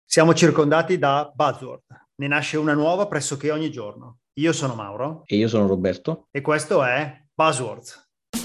Siamo circondati da buzzword. Ne nasce una nuova pressoché ogni giorno. Io sono Mauro. E io sono Roberto. E questo è Buzzwords.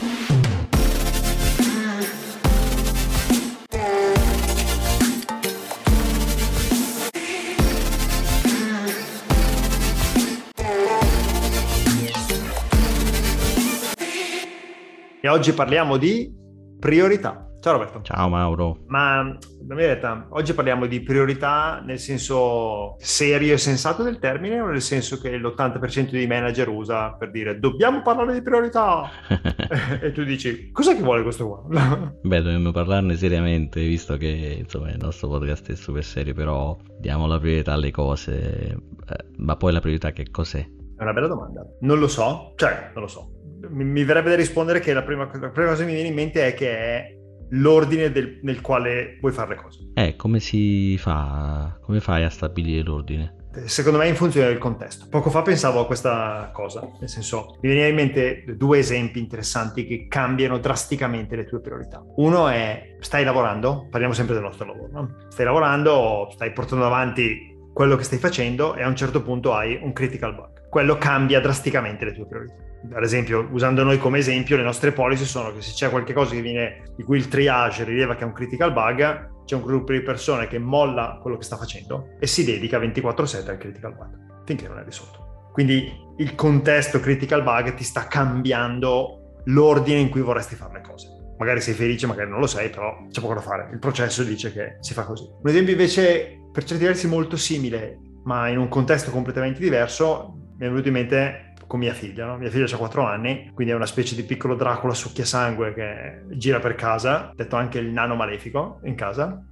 E oggi parliamo di priorità. Ciao Roberto. Ciao Mauro. Ma la mia detta, oggi parliamo di priorità nel senso serio e sensato del termine o nel senso che l'80% dei manager usa per dire dobbiamo parlare di priorità? E tu dici, cos'è che vuole questo qua? Beh, dobbiamo parlarne seriamente, visto che insomma il nostro podcast è super serio, però diamo la priorità alle cose. Ma poi la priorità che cos'è? È una bella domanda. Non lo so, non lo so. Mi verrebbe da rispondere che la prima cosa che mi viene in mente è che è l'ordine nel quale vuoi fare le cose. Come si fa? Come fai a stabilire l'ordine? Secondo me in funzione del contesto. Poco fa pensavo a questa cosa, nel senso, mi veniva in mente due esempi interessanti che cambiano drasticamente le tue priorità. Uno è, stai lavorando, parliamo sempre del nostro lavoro, no? Stai lavorando, stai portando avanti quello che stai facendo e a un certo punto hai un critical bug. Quello cambia drasticamente le tue priorità. Ad esempio, usando noi come esempio, le nostre policy sono che se c'è qualche cosa di cui il triage rileva che è un critical bug, c'è un gruppo di persone che molla quello che sta facendo e si dedica 24/7 al critical bug, finché non è risolto. Quindi il contesto critical bug ti sta cambiando l'ordine in cui vorresti fare le cose. Magari sei felice, magari non lo sei, però c'è poco da fare. Il processo dice che si fa così. Un esempio invece, per certi versi molto simile, ma in un contesto completamente diverso, mi è venuto in mente con mia figlia, no? Mia figlia ha 4 anni, quindi è una specie di piccolo Dracula succhiasangue che gira per casa, detto anche il nano malefico in casa.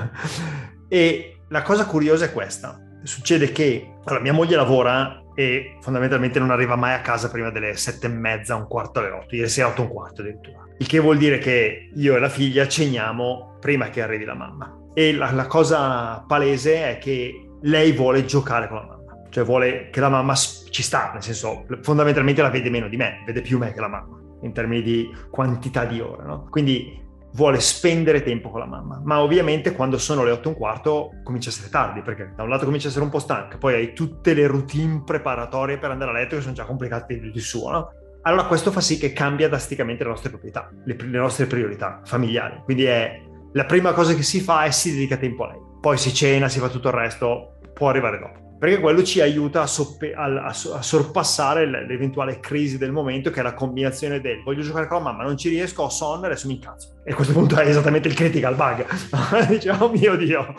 E la cosa curiosa è questa. Succede che mia moglie lavora e fondamentalmente non arriva mai a casa prima delle 7:30, un quarto alle 8, ieri sera 8 e un quarto addirittura. Il che vuol dire che io e la figlia ceniamo prima che arrivi la mamma. E la cosa palese è che lei vuole giocare con la mamma. Cioè vuole che la mamma ci sta, nel senso, fondamentalmente la vede meno di me, vede più me che la mamma, in termini di quantità di ore, no? Quindi vuole spendere tempo con la mamma, ma ovviamente quando sono le 8 e un quarto comincia a essere tardi, perché da un lato comincia a essere un po' stanca, poi hai tutte le routine preparatorie per andare a letto che sono già complicate di suo, no? Allora questo fa sì che cambia drasticamente le nostre proprietà, le nostre priorità familiari, quindi è la prima cosa che si fa è si dedica tempo a lei, poi si cena, si fa tutto il resto, può arrivare dopo. Perché quello ci aiuta a sorpassare l'eventuale crisi del momento, che è la combinazione del voglio giocare con la mamma, non ci riesco, ho sonno, adesso mi incazzo. E a questo punto è esattamente il critical bug. Diciamo, oh mio Dio.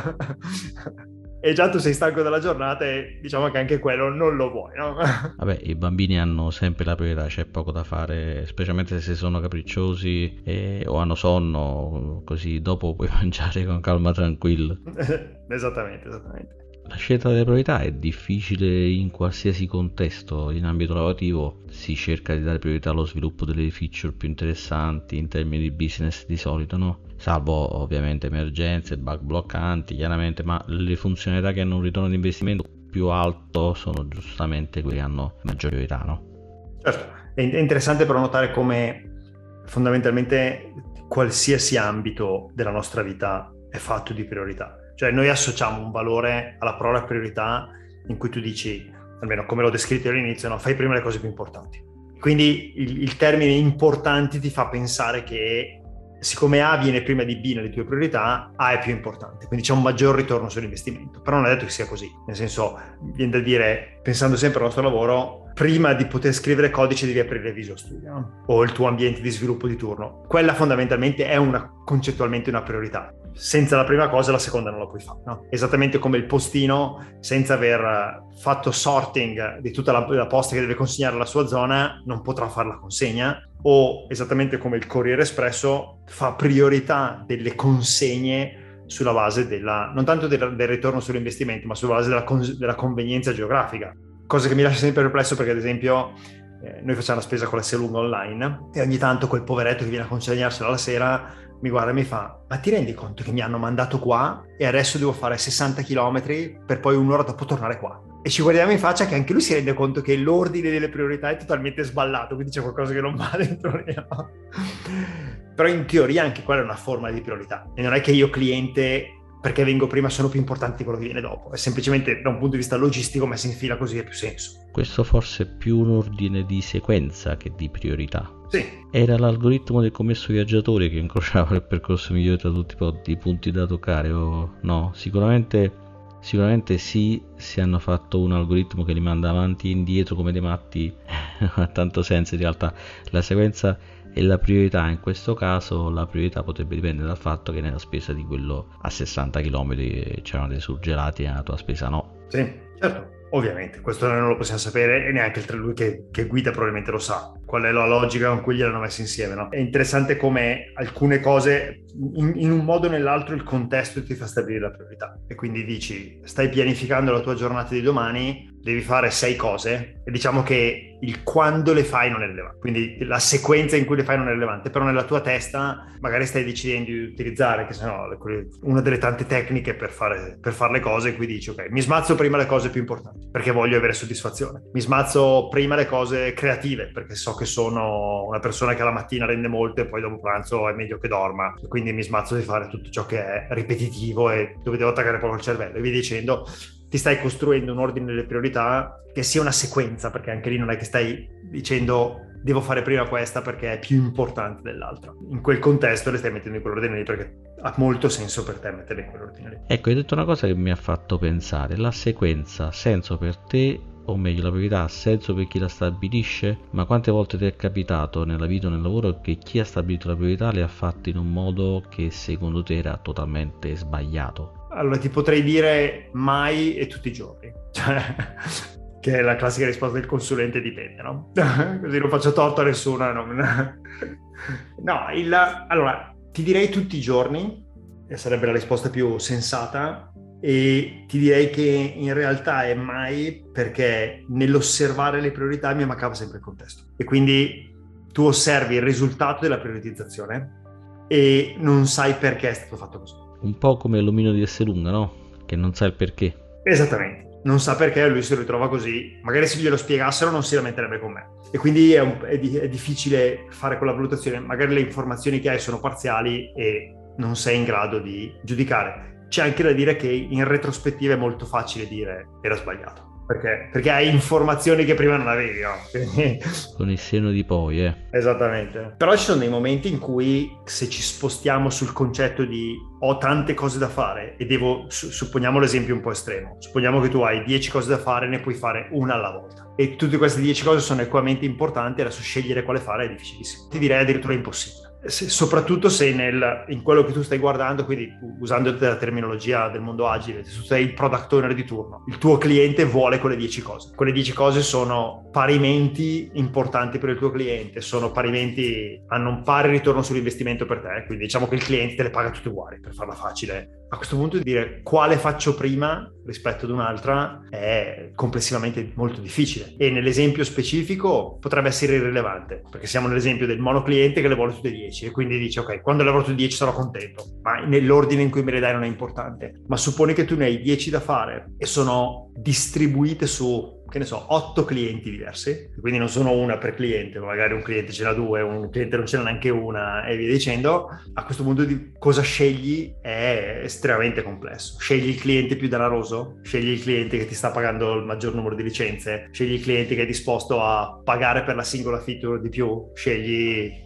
E già tu sei stanco dalla giornata e diciamo che anche quello non lo vuoi, no? Vabbè, i bambini hanno sempre la priorità, c'è poco da fare, specialmente se sono capricciosi o hanno sonno, così dopo puoi mangiare con calma tranquillo. Esattamente. La scelta delle priorità è difficile in qualsiasi contesto. In ambito lavorativo si cerca di dare priorità allo sviluppo delle feature più interessanti in termini di business di solito, no? Salvo ovviamente emergenze, bug bloccanti, chiaramente, ma le funzionalità che hanno un ritorno di investimento più alto sono giustamente quelle che hanno maggior priorità, no? Certo, è interessante però notare come fondamentalmente qualsiasi ambito della nostra vita è fatto di priorità. Cioè noi associamo un valore alla parola priorità in cui tu dici, almeno come l'ho descritto all'inizio, no? Fai prima le cose più importanti. Quindi il termine importanti ti fa pensare che siccome A viene prima di B nelle tue priorità, A è più importante, quindi c'è un maggior ritorno sull'investimento. Però non è detto che sia così, nel senso, viene da dire, pensando sempre al nostro lavoro, prima di poter scrivere codice devi aprire Visual Studio, no? O il tuo ambiente di sviluppo di turno. Quella fondamentalmente è concettuamente una priorità. Senza la prima cosa la seconda non la puoi fare, no? Esattamente come il postino, senza aver fatto sorting di tutta la posta che deve consegnare alla sua zona, non potrà fare la consegna. O esattamente come il Corriere Espresso fa priorità delle consegne sulla base non tanto del ritorno sull'investimento, ma sulla base della convenienza geografica. Cosa che mi lascia sempre perplesso perché, ad esempio, noi facciamo la spesa con la Lunga online e ogni tanto quel poveretto che viene a consegnarsela la sera mi guarda e mi fa: ma ti rendi conto che mi hanno mandato qua e adesso devo fare 60 km per poi un'ora dopo tornare qua? E ci guardiamo in faccia che anche lui si rende conto che l'ordine delle priorità è totalmente sballato, quindi c'è qualcosa che non va dentro lì, no? Però in teoria anche quella è una forma di priorità. E non è che io cliente perché vengo prima sono più importanti di quello che viene dopo. È semplicemente da un punto di vista logistico messo in fila così ha più senso. Questo forse è più un ordine di sequenza che di priorità. Sì. Era l'algoritmo del commesso viaggiatore che incrociava il percorso migliore tra tutti i punti da toccare, o no? Sicuramente sì, se hanno fatto un algoritmo che li manda avanti e indietro come dei matti, non ha tanto senso in realtà. La sequenza e la priorità, in questo caso la priorità potrebbe dipendere dal fatto che nella spesa di quello a 60 km c'erano dei surgelati e nella tua spesa no. Sì, certo. Ovviamente, questo noi non lo possiamo sapere e neanche lui che guida probabilmente lo sa. Qual è la logica con cui gliel'hanno messo insieme, no? È interessante come alcune cose, in un modo o nell'altro, il contesto ti fa stabilire la priorità. E quindi dici, stai pianificando la tua giornata di domani, devi fare 6 cose e diciamo che il quando le fai non è rilevante. Quindi la sequenza in cui le fai non è rilevante, però nella tua testa magari stai decidendo di utilizzare, che se no, una delle tante tecniche per fare le cose, in cui dici, ok, mi smazzo prima le cose più importanti perché voglio avere soddisfazione. Mi smazzo prima le cose creative perché so che sono una persona che la mattina rende molto e poi dopo pranzo è meglio che dorma, quindi mi smazzo di fare tutto ciò che è ripetitivo e dove devo attaccare proprio il cervello e via dicendo. Ti stai costruendo un ordine delle priorità che sia una sequenza, perché anche lì non è che stai dicendo devo fare prima questa perché è più importante dell'altra. In quel contesto le stai mettendo in quell'ordine lì perché ha molto senso per te metterle in quell'ordine lì. Ecco, hai detto una cosa che mi ha fatto pensare: la sequenza ha senso per te, o meglio la priorità ha senso per chi la stabilisce, ma quante volte ti è capitato nella vita o nel lavoro che chi ha stabilito la priorità le ha fatte in un modo che secondo te era totalmente sbagliato? Allora ti potrei dire mai e tutti i giorni, cioè, che è la classica risposta del consulente dipende, no? Così non faccio torto a nessuno. Allora ti direi tutti i giorni, e sarebbe la risposta più sensata, e ti direi che in realtà è mai, perché nell'osservare le priorità mi mancava sempre il contesto. E quindi tu osservi il risultato della prioritizzazione e non sai perché è stato fatto così. Un po' come l'omino di Esselunga, no? Che non sa il perché. Esattamente, non sa perché lui si ritrova così, magari se glielo spiegassero non si lamenterebbe con me e quindi è difficile fare quella valutazione, magari le informazioni che hai sono parziali e non sei in grado di giudicare. C'è anche da dire che in retrospettiva è molto facile dire era sbagliato. Perché hai informazioni che prima non avevi, no? Quindi... Con il senno di poi, Esattamente. Però ci sono dei momenti in cui, se ci spostiamo sul concetto di ho tante cose da fare e devo, supponiamo l'esempio un po' estremo, supponiamo che tu hai 10 cose da fare e ne puoi fare una alla volta e tutte queste 10 cose sono equamente importanti, adesso scegliere quale fare è difficilissimo. Ti direi addirittura impossibile. Soprattutto se in quello che tu stai guardando, quindi usando la terminologia del mondo agile, se tu sei il product owner di turno, il tuo cliente vuole quelle 10 cose. Quelle 10 cose sono parimenti importanti per il tuo cliente, hanno un pari ritorno sull'investimento per te, quindi diciamo che il cliente te le paga tutte uguali, per farla facile. A questo punto dire quale faccio prima rispetto ad un'altra è complessivamente molto difficile e nell'esempio specifico potrebbe essere irrilevante, perché siamo nell'esempio del monocliente che le vuole tutte 10 e quindi dici ok, quando le avrò tutte 10 sarò contento, ma nell'ordine in cui me le dai non è importante. Ma supponi che tu ne hai 10 da fare e sono distribuite su, che ne so, 8 clienti diversi, quindi non sono una per cliente, magari un cliente ce n'ha 2, un cliente non ce n'ha neanche una e via dicendo. A questo punto di cosa scegli è estremamente complesso. Scegli il cliente più danaroso, scegli il cliente che ti sta pagando il maggior numero di licenze, scegli il cliente che è disposto a pagare per la singola feature di più, scegli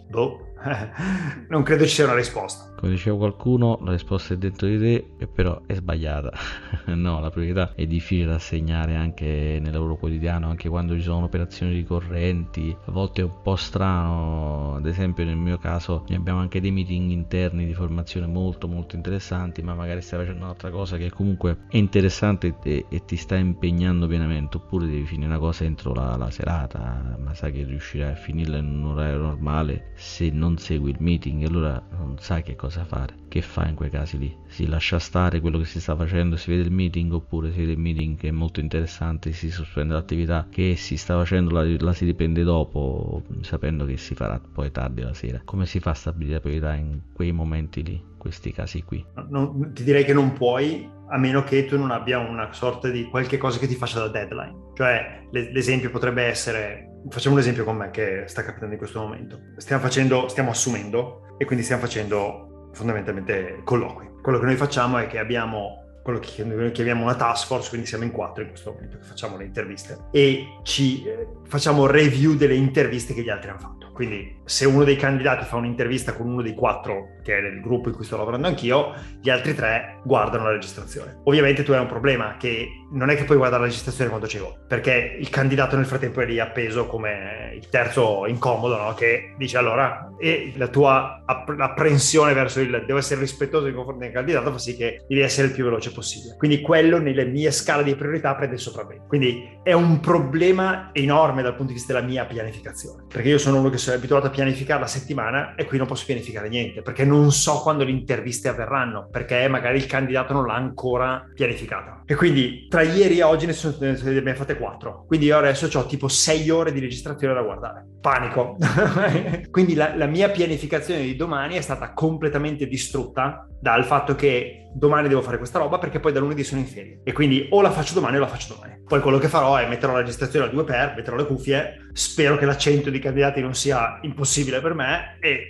non credo ci sia una risposta. Come diceva qualcuno, la risposta è dentro di te, e però è sbagliata. No, la priorità è difficile da assegnare anche nel lavoro quotidiano, anche quando ci sono operazioni ricorrenti. A volte è un po' strano, ad esempio nel mio caso ne abbiamo anche dei meeting interni di formazione molto molto interessanti, ma magari stai facendo un'altra cosa che comunque è interessante e ti sta impegnando pienamente, oppure devi finire una cosa entro la serata, ma sai che riuscirai a finirla in un orario normale se non segui il meeting, allora non sai che cosa fare. Che fa in quei casi lì? Si lascia stare quello che si sta facendo, si vede il meeting, oppure si vede il meeting che è molto interessante, si sospende l'attività che si sta facendo, la si riprende dopo, sapendo che si farà poi tardi la sera. Come si fa a stabilire la priorità in quei momenti lì, questi casi qui? Ti direi che non puoi, a meno che tu non abbia una sorta di qualche cosa che ti faccia da deadline. Cioè l'esempio potrebbe essere, facciamo un esempio con me che sta capitando in questo momento. Stiamo assumendo e quindi stiamo facendo fondamentalmente colloqui. Quello che noi facciamo è che abbiamo quello che noi chiamiamo una task force, quindi siamo in 4 in questo momento che facciamo le interviste e ci facciamo review delle interviste che gli altri hanno fatto. Quindi se uno dei candidati fa un'intervista con uno dei 4 che è nel gruppo in cui sto lavorando anch'io, gli altri 3 guardano la registrazione. Ovviamente tu hai un problema che non è che puoi guardare la registrazione quando c'è io, perché il candidato nel frattempo è lì appeso come il terzo incomodo, no? Che dice allora, e la tua apprensione verso il devo essere rispettoso nei confronti del candidato fa sì che devi essere il più veloce possibile. Quindi quello nelle mie scale di priorità prende il sopravvento. Quindi è un problema enorme dal punto di vista della mia pianificazione, perché io sono uno che sono abituato a pianificare la settimana e qui non posso pianificare niente, perché non so quando le interviste avverranno, perché magari il candidato non l'ha ancora pianificata. E quindi tra ieri e oggi ne abbiamo fatte 4. Quindi io adesso ho tipo 6 ore di registrazione da guardare. Panico. Quindi la mia pianificazione di domani è stata completamente distrutta dal fatto che domani devo fare questa roba perché poi da lunedì sono in ferie e quindi o la faccio domani o la faccio domani. Poi quello che farò è metterò la registrazione al 2x, metterò le cuffie, spero che l'accento di candidati non sia impossibile per me e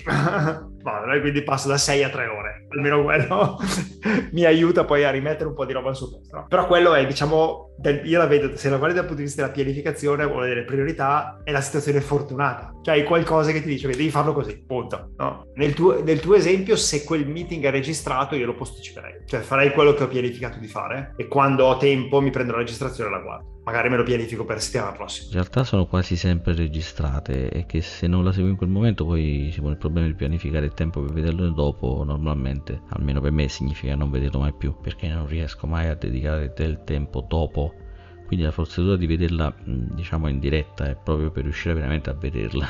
quindi passo da 6 a 3 ore, almeno quello mi aiuta poi a rimettere un po' di roba al suo posto, no? Però quello è, diciamo, io la vedo, se la guardi dal punto di vista della pianificazione o delle priorità, è la situazione fortunata, cioè hai qualcosa che ti dice che devi farlo così, punto, no? Nel tuo esempio, se quel meeting è registrato io lo posticiperei, cioè farei quello che ho pianificato di fare e quando ho tempo mi prendo la registrazione e la guardo. Magari me lo pianifico per la settimana prossima. In realtà sono quasi sempre registrate e che se non la segui in quel momento poi si pone il problema di pianificare il tempo per vederlo dopo. Normalmente, almeno per me, significa non vederlo mai più, perché non riesco mai a dedicare del tempo dopo. Quindi la forzatura di vederla, diciamo, in diretta è proprio per riuscire veramente a vederla.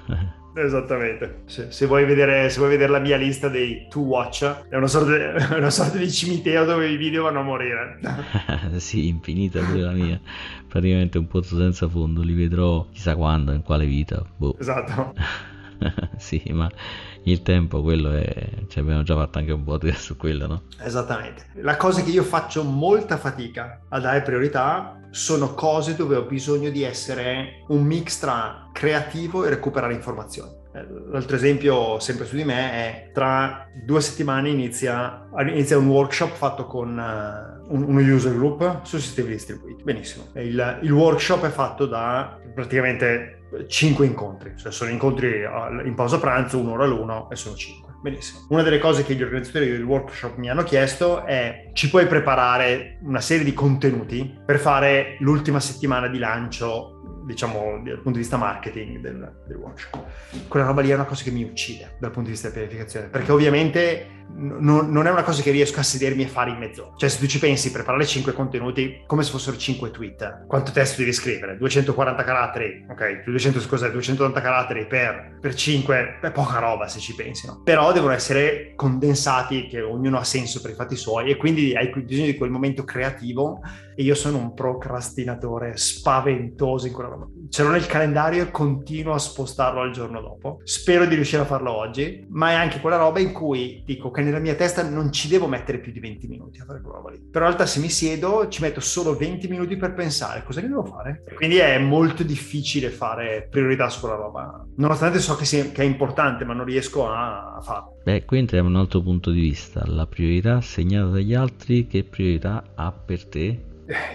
Esattamente. Se vuoi vedere la mia lista dei to watch, è una sorta di cimitero dove i video vanno a morire. Sì, infinita pure la mia. Praticamente un pozzo senza fondo, li vedrò chissà quando, in quale vita. Boh. Esatto. Sì, ma il tempo, quello è... Cioè, abbiamo già fatto anche un podcast su quello, no? Esattamente. La cosa che io faccio molta fatica a dare priorità sono cose dove ho bisogno di essere un mix tra creativo e recuperare informazioni. L'altro esempio sempre su di me è tra 2 settimane inizia un workshop fatto con uno user group su sistemi distribuiti. Benissimo. Il workshop è fatto da praticamente 5 incontri, cioè sono incontri in pausa pranzo, un'ora l'uno e sono 5. Benissimo. Una delle cose che gli organizzatori del workshop mi hanno chiesto è: ci puoi preparare una serie di contenuti per fare l'ultima settimana di lancio, diciamo, dal punto di vista marketing del workshop? Quella roba lì è una cosa che mi uccide dal punto di vista della pianificazione, perché ovviamente non è una cosa che riesco a sedermi e fare in mezz'ora. Cioè, se tu ci pensi, preparare 5 contenuti come se fossero 5 tweet, quanto testo devi scrivere? 240 caratteri, ok, 280 caratteri per 5, è poca roba se ci pensi, no? Però devono essere condensati, che ognuno ha senso per i fatti suoi, e quindi hai bisogno di quel momento creativo, e io sono un procrastinatore spaventoso in quella roba. Ce l'ho nel calendario e continuo a spostarlo al giorno dopo. Spero di riuscire a farlo oggi, ma è anche quella roba in cui dico che nella mia testa non ci devo mettere più di 20 minuti a fare quella roba lì. Però in realtà se mi siedo ci metto solo 20 minuti per pensare cosa che devo fare. Quindi è molto difficile fare priorità su quella roba, nonostante so che è importante, ma non riesco a farlo. Beh, qui entriamo in un altro punto di vista. La priorità assegnata dagli altri, che priorità ha per te?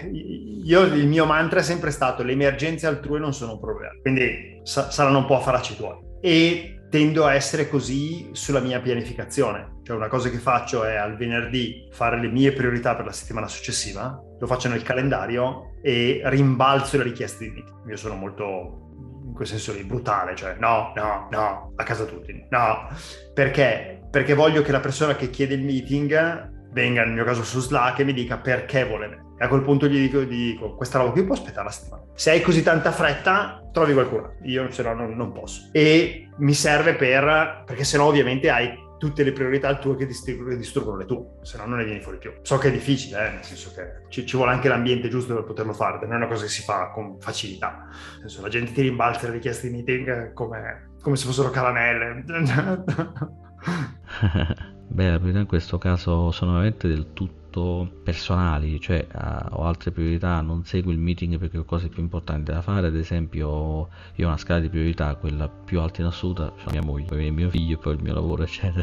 Il mio mantra è sempre stato: le emergenze altrui non sono un problema, quindi saranno un po' affari tuoi, e tendo a essere così sulla mia pianificazione. Cioè, una cosa che faccio è al venerdì fare le mie priorità per la settimana successiva, lo faccio nel calendario e rimbalzo le richieste di meeting. Io sono molto, in quel senso lì, brutale, cioè no, a casa tutti, no, perché voglio che la persona che chiede il meeting venga, nel mio caso su Slack, e mi dica perché vuole me. E a quel punto gli dico questa roba qui può aspettare la settimana. Se hai così tanta fretta, trovi qualcuno. Io se no non posso. E mi serve perché sennò ovviamente hai tutte le priorità tue che distruggono le tue, se no non ne vieni fuori più. So che è difficile, nel senso che ci vuole anche l'ambiente giusto per poterlo fare, non è una cosa che si fa con facilità. Nel senso, la gente ti rimbalza le richieste di meeting come se fossero caramelle. Beh, la priorità in questo caso sono veramente del tutto molto personali, cioè ho altre priorità, non seguo il meeting perché ho cose più importanti da fare. Ad esempio, io ho una scala di priorità, quella più alta in assoluto, cioè mia moglie, poi mio figlio, poi il mio lavoro, eccetera.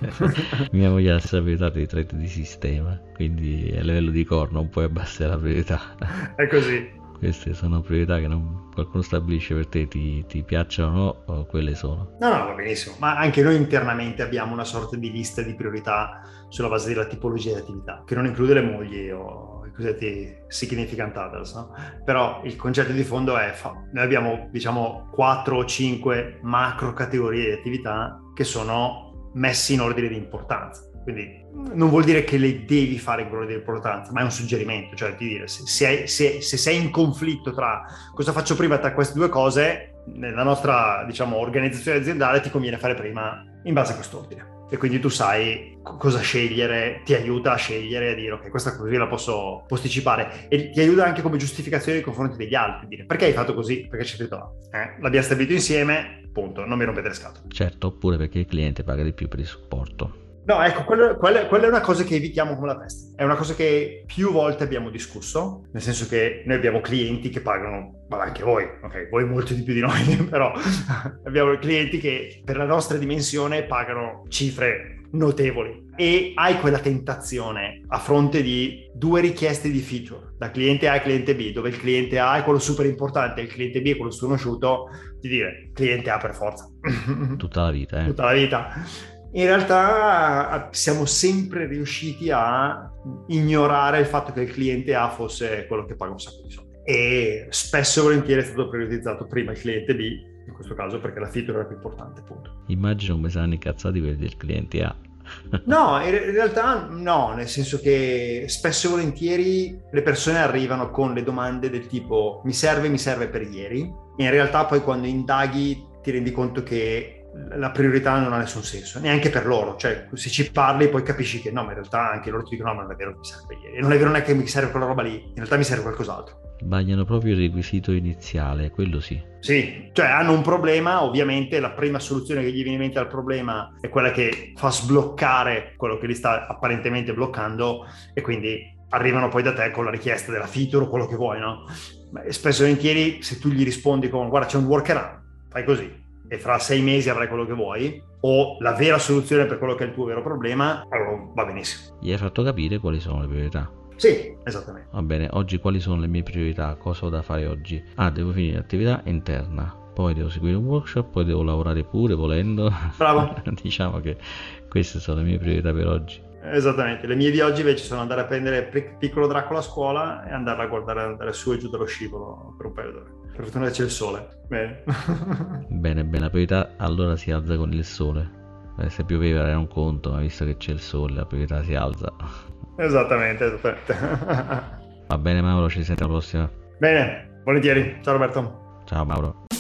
Mia moglie ha la stessa priorità dei thread di sistema, quindi a livello di core non puoi abbassare la priorità. È così. Queste sono priorità che qualcuno stabilisce per te, ti piacciono o no, quelle sono. No, va benissimo, ma anche noi internamente abbiamo una sorta di lista di priorità sulla base della tipologia di attività, che non include le mogli o i cosiddetti significant others, no? Però il concetto di fondo è, noi abbiamo, diciamo, 4 o 5 macro categorie di attività che sono messi in ordine di importanza. Quindi non vuol dire che le devi fare in ordine di importanza, ma è un suggerimento, cioè di dire se sei in conflitto tra cosa faccio prima tra queste due cose, nella nostra, diciamo, organizzazione aziendale ti conviene fare prima in base a quest'ordine. E quindi tu sai cosa scegliere, ti aiuta a scegliere, a dire ok, questa così la posso posticipare, e ti aiuta anche come giustificazione nei confronti degli altri, dire perché hai fatto così, perché c'è scritto l'abbiamo stabilito insieme, punto, non mi rompete le scatole. Certo, oppure perché il cliente paga di più per il supporto. No, ecco, quella è una cosa che evitiamo come la peste. È una cosa che più volte abbiamo discusso, nel senso che noi abbiamo clienti che pagano, ma anche voi, ok, voi molto di più di noi, però abbiamo clienti che per la nostra dimensione pagano cifre notevoli, e hai quella tentazione a fronte di 2 richieste di feature, da cliente A e cliente B, dove il cliente A è quello super importante e il cliente B è quello sconosciuto, di dire cliente A per forza. Tutta la vita, Tutta la vita. In realtà siamo sempre riusciti a ignorare il fatto che il cliente A fosse quello che paga un sacco di soldi, e spesso e volentieri è stato priorizzato prima il cliente B, in questo caso perché la feature era più importante, appunto. Immagino come saranno incazzati per il cliente A. No, in realtà no, nel senso che spesso e volentieri le persone arrivano con le domande del tipo mi serve per ieri, e in realtà poi quando indaghi ti rendi conto che la priorità non ha nessun senso, neanche per loro, cioè se ci parli poi capisci che no, ma in realtà anche loro ti dicono no, ma non è vero che mi serve ieri, e non è vero neanche che mi serve quella roba lì, in realtà mi serve qualcos'altro. Sbagliano proprio il requisito iniziale, quello sì. Sì, cioè hanno un problema, ovviamente la prima soluzione che gli viene in mente al problema è quella che fa sbloccare quello che li sta apparentemente bloccando, e quindi arrivano poi da te con la richiesta della feature o quello che vuoi, no? Ma spesso e volentieri se tu gli rispondi con guarda c'è un workaround, fai così e fra 6 mesi avrai quello che vuoi, o la vera soluzione per quello che è il tuo vero problema, allora va benissimo. Gli hai fatto capire quali sono le priorità. Sì, esattamente. Va bene, oggi quali sono le mie priorità? Cosa ho da fare oggi? Ah, devo finire l'attività interna, poi devo seguire un workshop, poi devo lavorare pure volendo. Bravo. Diciamo che queste sono le mie priorità per oggi. Esattamente, le mie di oggi invece sono andare a prendere Piccolo Dracula a scuola e andarla a guardare, andare su e giù dallo scivolo per un paio d'ore. Per fortuna c'è il sole. Bene. Bene, la priorità allora si alza con il sole. Se pioveva era un conto, ma visto che c'è il sole la priorità si alza. Esattamente. Va bene Mauro, ci sentiamo alla prossima. Bene, volentieri. Ciao Roberto. Ciao Mauro.